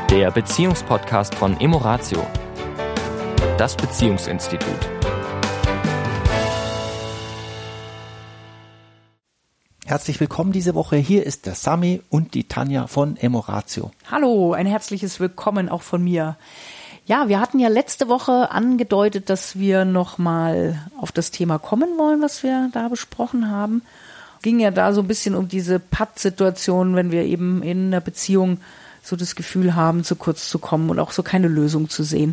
Der Beziehungspodcast von Emoratio, das Beziehungsinstitut. Herzlich willkommen diese Woche. Hier ist der Sami und die Tanja von Emoratio. Hallo, ein herzliches Willkommen auch von mir. Ja, wir hatten ja letzte Woche angedeutet, dass wir nochmal auf das Thema kommen wollen, was wir da besprochen haben. Ging ja da so ein bisschen um diese Patt-Situation, wenn wir eben in einer Beziehung so das Gefühl haben, zu kurz zu kommen und auch so keine Lösung zu sehen.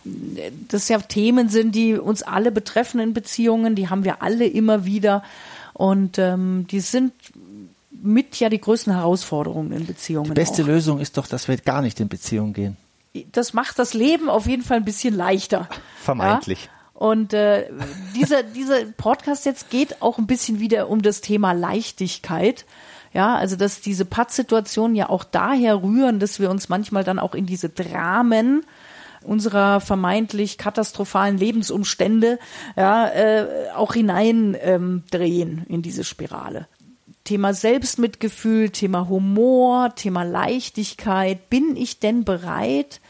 Das ja Themen sind, die uns alle betreffen in Beziehungen, die haben wir alle immer wieder. Und die sind mit ja die größten Herausforderungen in Beziehungen. Die beste auch. Lösung ist doch, dass wir gar nicht in Beziehung gehen. Das macht das Leben auf jeden Fall ein bisschen leichter. Vermeintlich. Ja? Und dieser Podcast jetzt geht auch ein bisschen wieder um das Thema Leichtigkeit. Ja, also dass diese Pattsituationen ja auch daher rühren, dass wir uns manchmal dann auch in diese Dramen unserer vermeintlich katastrophalen Lebensumstände auch hinein drehen in diese Spirale. Thema Selbstmitgefühl, Thema Humor, Thema Leichtigkeit. Bin ich denn bereit,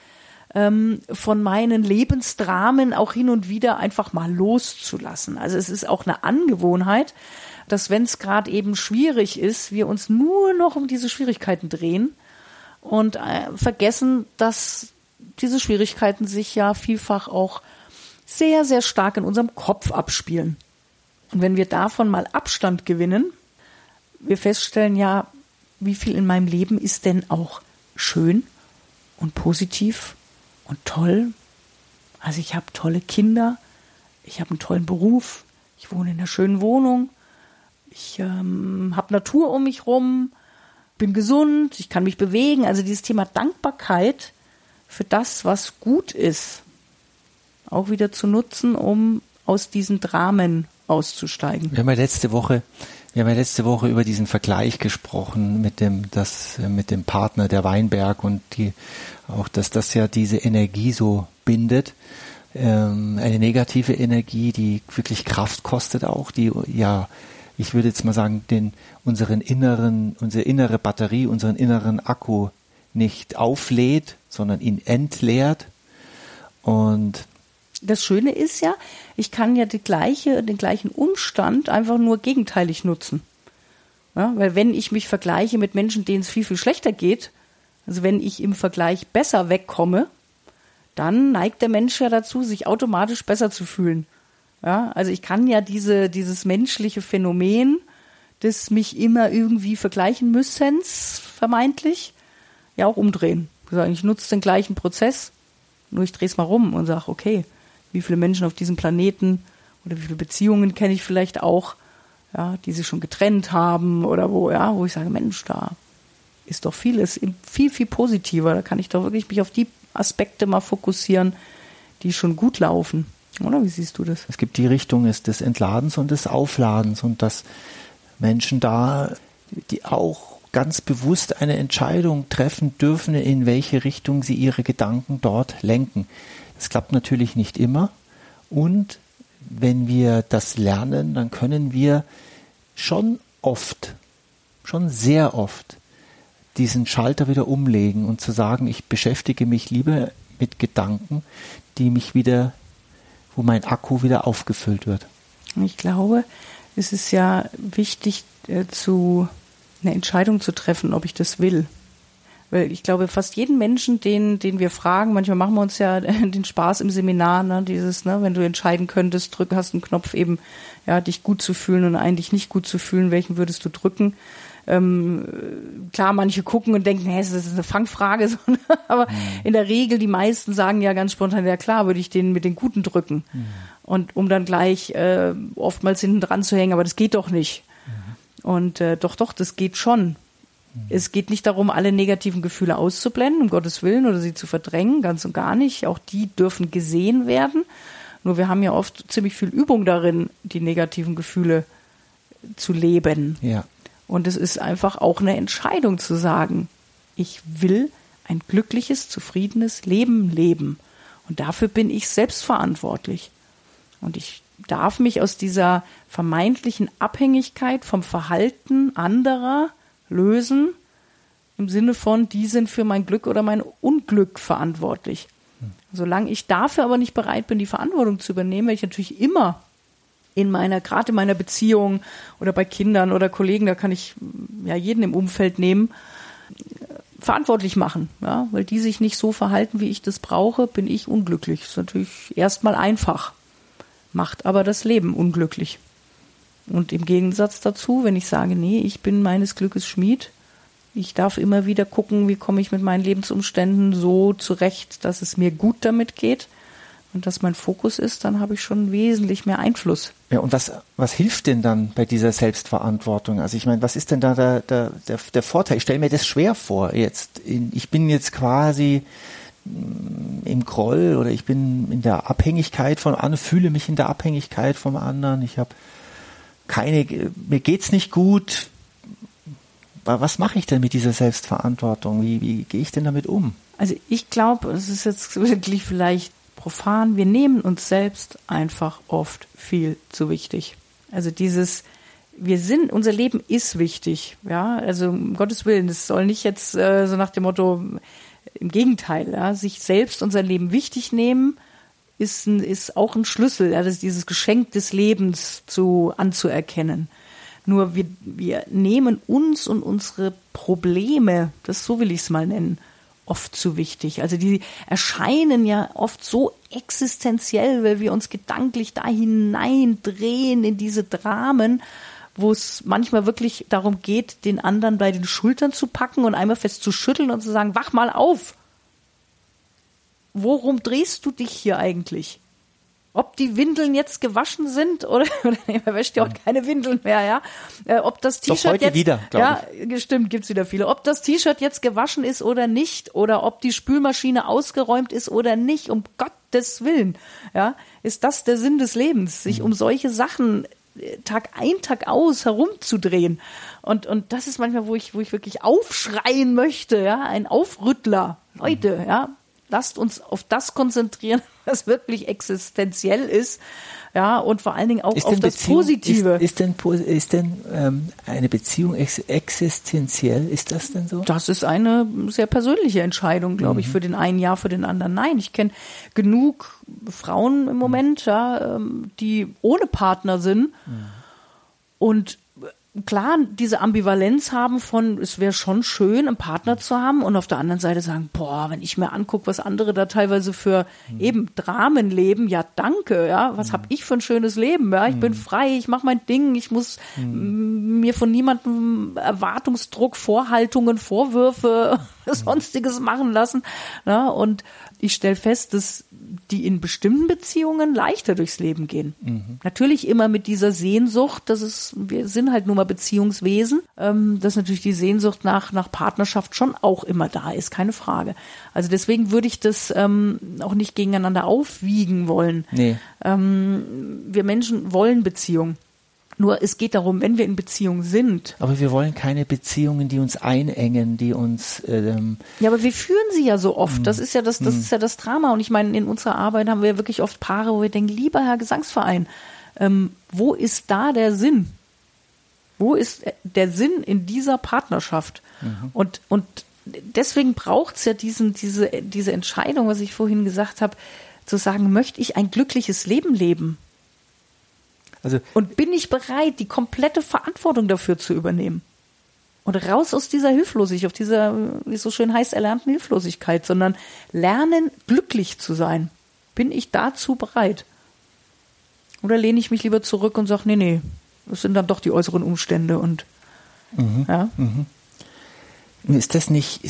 von meinen Lebensdramen auch hin und wieder einfach mal loszulassen? Also es ist auch eine Angewohnheit, dass wenn es gerade eben schwierig ist, wir uns nur noch um diese Schwierigkeiten drehen und vergessen, dass diese Schwierigkeiten sich ja vielfach auch sehr, sehr stark in unserem Kopf abspielen. Und wenn wir davon mal Abstand gewinnen, wir feststellen ja, wie viel in meinem Leben ist denn auch schön und positiv und toll. Also ich habe tolle Kinder, ich habe einen tollen Beruf, ich wohne in einer schönen Wohnung, ich habe Natur um mich rum, bin gesund, ich kann mich bewegen. Also dieses Thema Dankbarkeit für das, was gut ist, auch wieder zu nutzen, um aus diesen Dramen auszusteigen. Wir haben ja letzte Woche über diesen Vergleich gesprochen mit dem Partner, der Weinberg, und dass das ja diese Energie so bindet. Eine negative Energie, die wirklich Kraft kostet auch, die ja, ich würde jetzt mal sagen, unsere innere Batterie, unseren inneren Akku nicht auflädt, sondern ihn entleert. Und das Schöne ist ja, ich kann ja den gleichen Umstand einfach nur gegenteilig nutzen. Ja, weil wenn ich mich vergleiche mit Menschen, denen es viel, viel schlechter geht, also wenn ich im Vergleich besser wegkomme, dann neigt der Mensch ja dazu, sich automatisch besser zu fühlen. Ja, also ich kann ja dieses menschliche Phänomen des mich immer irgendwie vergleichen müssens, vermeintlich, ja auch umdrehen. Ich nutze den gleichen Prozess, nur ich drehe es mal rum und sage, okay, wie viele Menschen auf diesem Planeten oder wie viele Beziehungen kenne ich vielleicht auch, ja, die sich schon getrennt haben oder wo ich sage, Mensch, da ist doch vieles viel, viel positiver. Da kann ich doch wirklich mich auf die Aspekte mal fokussieren, die schon gut laufen. Oder wie siehst du das? Es gibt die Richtung des Entladens und des Aufladens und dass Menschen da, die auch ganz bewusst eine Entscheidung treffen dürfen, in welche Richtung sie ihre Gedanken dort lenken. Das klappt natürlich nicht immer. Und wenn wir das lernen, dann können wir schon sehr oft, diesen Schalter wieder umlegen und zu sagen, ich beschäftige mich lieber mit Gedanken, wo mein Akku wieder aufgefüllt wird. Ich glaube, es ist ja wichtig, eine Entscheidung zu treffen, ob ich das will. Weil ich glaube, fast jeden Menschen, den wir fragen, manchmal machen wir uns ja den Spaß im Seminar, wenn du entscheiden könntest, hast einen Knopf eben, ja, dich gut zu fühlen und eigentlich nicht gut zu fühlen, welchen würdest du drücken? Klar, manche gucken und denken, das ist eine Fangfrage, aber in der Regel, die meisten sagen ja ganz spontan, ja klar, würde ich den mit den Guten drücken. Und um dann gleich oftmals hinten dran zu hängen, aber das geht doch nicht. Und doch, das geht schon. Es geht nicht darum, alle negativen Gefühle auszublenden, um Gottes Willen, oder sie zu verdrängen, ganz und gar nicht. Auch die dürfen gesehen werden. Nur wir haben ja oft ziemlich viel Übung darin, die negativen Gefühle zu leben. Ja. Und es ist einfach auch eine Entscheidung zu sagen, ich will ein glückliches, zufriedenes Leben leben. Und dafür bin ich selbstverantwortlich. Und ich darf mich aus dieser vermeintlichen Abhängigkeit vom Verhalten anderer lösen, im Sinne von, die sind für mein Glück oder mein Unglück verantwortlich. Solange ich dafür aber nicht bereit bin, die Verantwortung zu übernehmen, werde ich natürlich immer gerade in meiner Beziehung oder bei Kindern oder Kollegen, da kann ich ja jeden im Umfeld nehmen, verantwortlich machen, ja, weil die sich nicht so verhalten, wie ich das brauche, bin ich unglücklich. Das ist natürlich erstmal einfach, macht aber das Leben unglücklich. Und im Gegensatz dazu, wenn ich sage, nee, ich bin meines Glückes Schmied, ich darf immer wieder gucken, wie komme ich mit meinen Lebensumständen so zurecht, dass es mir gut damit geht und dass mein Fokus ist, dann habe ich schon wesentlich mehr Einfluss. Ja, und was hilft denn dann bei dieser Selbstverantwortung? Also ich meine, was ist denn da der Vorteil? Ich stelle mir das schwer vor jetzt. Ich bin jetzt quasi im Groll oder ich bin in der Abhängigkeit von anderen, fühle mich in der Abhängigkeit vom anderen. Ich habe mir geht's nicht gut. Was mache ich denn mit dieser Selbstverantwortung? Wie gehe ich denn damit um? Also ich glaube, es ist jetzt wirklich vielleicht profan, wir nehmen uns selbst einfach oft viel zu wichtig. Also unser Leben ist wichtig, ja, also um Gottes Willen, es soll nicht jetzt so nach dem Motto, im Gegenteil, ja, sich selbst unser Leben wichtig nehmen, ist auch ein Schlüssel, ja, das ist dieses Geschenk des Lebens anzuerkennen. Nur wir nehmen uns und unsere Probleme, so will ich es mal nennen, oft zu wichtig. Also die erscheinen ja oft so existenziell, weil wir uns gedanklich da hineindrehen in diese Dramen, wo es manchmal wirklich darum geht, den anderen bei den Schultern zu packen und einmal fest zu schütteln und zu sagen, wach mal auf. Worum drehst du dich hier eigentlich? Ob die Windeln jetzt gewaschen sind oder man wäscht ja auch keine Windeln mehr, ja. Ob das T-Shirt heute jetzt wieder, ja, stimmt, gibt's wieder viele. Ob das T-Shirt jetzt gewaschen ist oder nicht oder ob die Spülmaschine ausgeräumt ist oder nicht, um Gottes Willen, ja, ist das der Sinn des Lebens, sich um solche Sachen Tag ein, Tag aus herumzudrehen. Und das ist manchmal, wo ich wirklich aufschreien möchte, ja, ein Aufrüttler. Leute, ja. Lasst uns auf das konzentrieren, was wirklich existenziell ist, ja, und vor allen Dingen auch auf das Positive. Ist denn eine Beziehung existenziell? Ist das denn so? Das ist eine sehr persönliche Entscheidung, glaube ich, für den einen ja, für den anderen nein. Ich kenne genug Frauen im Moment, ja, die ohne Partner sind und klar diese Ambivalenz haben von, es wäre schon schön, einen Partner zu haben und auf der anderen Seite sagen, boah, wenn ich mir angucke, was andere da teilweise für eben Dramen leben, ja danke, ja, was habe ich für ein schönes Leben, ja, ich bin frei, ich mache mein Ding, ich muss mir von niemandem Erwartungsdruck, Vorhaltungen, Vorwürfe, Sonstiges machen lassen, ja, und ich stelle fest, dass die in bestimmten Beziehungen leichter durchs Leben gehen. Natürlich immer mit dieser Sehnsucht, wir sind halt nun mal Beziehungswesen, dass natürlich die Sehnsucht nach Partnerschaft schon auch immer da ist, keine Frage. Also deswegen würde ich das auch nicht gegeneinander aufwiegen wollen. Nee. Wir Menschen wollen Beziehung. Nur es geht darum, wenn wir in Beziehung sind. Aber wir wollen keine Beziehungen, die uns einengen, die uns ja, aber wir führen sie ja so oft. Das ist ja das ist ja das Drama. Und ich meine, in unserer Arbeit haben wir wirklich oft Paare, wo wir denken, lieber Herr Gesangsverein, wo ist da der Sinn? Wo ist der Sinn in dieser Partnerschaft? Und deswegen braucht es ja diese Entscheidung, was ich vorhin gesagt habe, zu sagen, möchte ich ein glückliches Leben leben? Also, und bin ich bereit, die komplette Verantwortung dafür zu übernehmen? Und raus aus dieser Hilflosigkeit, auf dieser, wie es so schön heißt, erlernten Hilflosigkeit, sondern lernen, glücklich zu sein. Bin ich dazu bereit? Oder lehne ich mich lieber zurück und sage, nee, das sind dann doch die äußeren Umstände und ja. Ist das nicht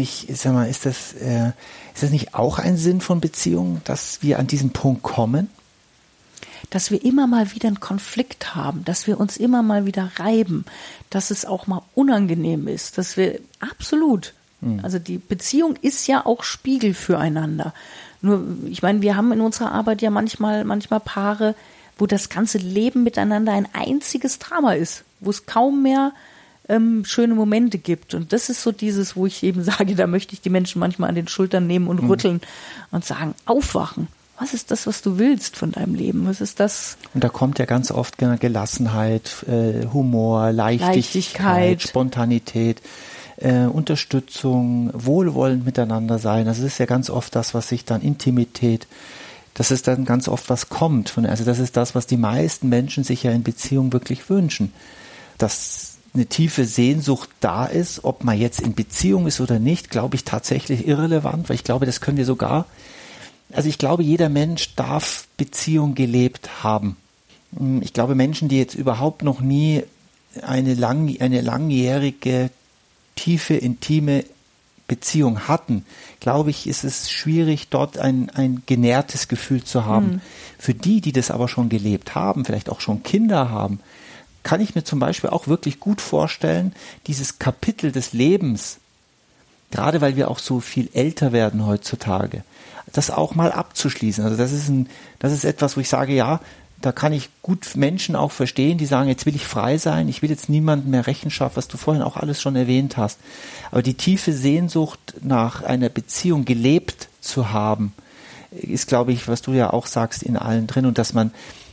auch ein Sinn von Beziehungen, dass wir an diesen Punkt kommen? Dass wir immer mal wieder einen Konflikt haben, dass wir uns immer mal wieder reiben, dass es auch mal unangenehm ist, dass wir absolut, also die Beziehung ist ja auch Spiegel füreinander. Nur, ich meine, wir haben in unserer Arbeit ja manchmal Paare, wo das ganze Leben miteinander ein einziges Drama ist, wo es kaum mehr schöne Momente gibt. Und das ist so dieses, wo ich eben sage, da möchte ich die Menschen manchmal an den Schultern nehmen und rütteln und sagen, aufwachen. Was ist das, was du willst von deinem Leben? Was ist das? Und da kommt ja ganz oft Gelassenheit, Humor, Leichtigkeit, Spontanität. Unterstützung, wohlwollend miteinander sein. Also das ist ja ganz oft das, was sich dann Intimität, das ist dann ganz oft was kommt. Also das ist das, was die meisten Menschen sich ja in Beziehung wirklich wünschen. Dass eine tiefe Sehnsucht da ist, ob man jetzt in Beziehung ist oder nicht, glaube ich tatsächlich irrelevant, weil ich glaube, das können wir sogar, also ich glaube, jeder Mensch darf Beziehung gelebt haben. Ich glaube, Menschen, die jetzt überhaupt noch nie eine langjährige, tiefe, intime Beziehung hatten, glaube ich, ist es schwierig, dort ein genährtes Gefühl zu haben. Für die das aber schon gelebt haben, vielleicht auch schon Kinder haben, kann ich mir zum Beispiel auch wirklich gut vorstellen, dieses Kapitel des Lebens, gerade weil wir auch so viel älter werden heutzutage, das auch mal abzuschließen. Also das ist etwas, wo ich sage, ja, da kann ich gut Menschen auch verstehen, die sagen, jetzt will ich frei sein, ich will jetzt niemandem mehr Rechenschaft, was du vorhin auch alles schon erwähnt hast. Aber die tiefe Sehnsucht nach einer Beziehung gelebt zu haben, ist, glaube ich, was du ja auch sagst, in allen drin. Und dass man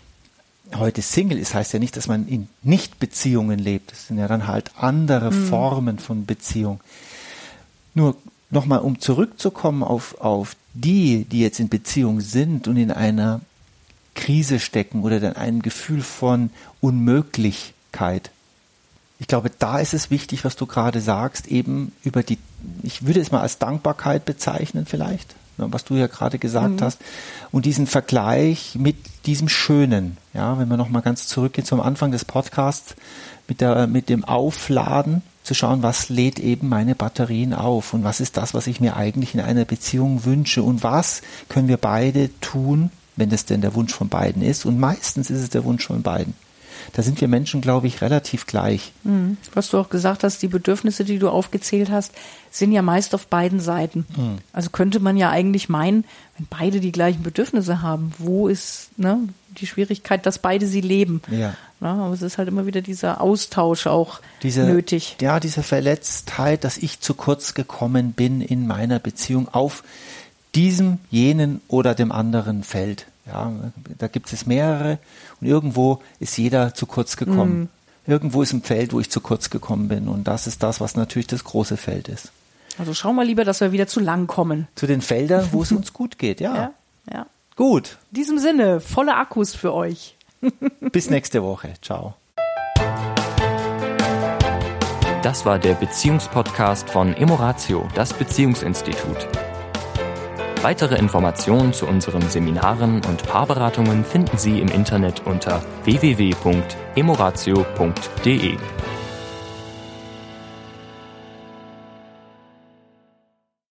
heute Single ist, heißt ja nicht, dass man in Nicht-Beziehungen lebt. Das sind ja dann halt andere Formen von Beziehung. Nur nochmal, um zurückzukommen auf die jetzt in Beziehung sind und in einer Krise stecken oder dann ein Gefühl von Unmöglichkeit. Ich glaube, da ist es wichtig, was du gerade sagst, eben über ich würde es mal als Dankbarkeit bezeichnen vielleicht, was du ja gerade gesagt hast, und diesen Vergleich mit diesem Schönen, ja, wenn wir nochmal ganz zurückgehen zum Anfang des Podcasts, mit dem Aufladen, zu schauen, was lädt eben meine Batterien auf und was ist das, was ich mir eigentlich in einer Beziehung wünsche und was können wir beide tun, wenn das denn der Wunsch von beiden ist. Und meistens ist es der Wunsch von beiden. Da sind wir Menschen, glaube ich, relativ gleich. Was du auch gesagt hast, die Bedürfnisse, die du aufgezählt hast, sind ja meist auf beiden Seiten. Also könnte man ja eigentlich meinen, wenn beide die gleichen Bedürfnisse haben, wo ist die Schwierigkeit, dass beide sie leben? Ja. Aber es ist halt immer wieder dieser Austausch auch nötig. Ja, diese Verletztheit, dass ich zu kurz gekommen bin in meiner Beziehung auf diesem, jenen oder dem anderen Feld. Ja, da gibt es mehrere und irgendwo ist jeder zu kurz gekommen. Irgendwo ist ein Feld, wo ich zu kurz gekommen bin und das ist das, was natürlich das große Feld ist. Also schauen wir lieber, dass wir wieder zu lang kommen. Zu den Feldern, wo es uns gut geht, ja. Ja. Gut. In diesem Sinne, volle Akkus für euch. Bis nächste Woche. Ciao. Das war der Beziehungspodcast von Emoratio, das Beziehungsinstitut. Weitere Informationen zu unseren Seminaren und Paarberatungen finden Sie im Internet unter www.emoratio.de.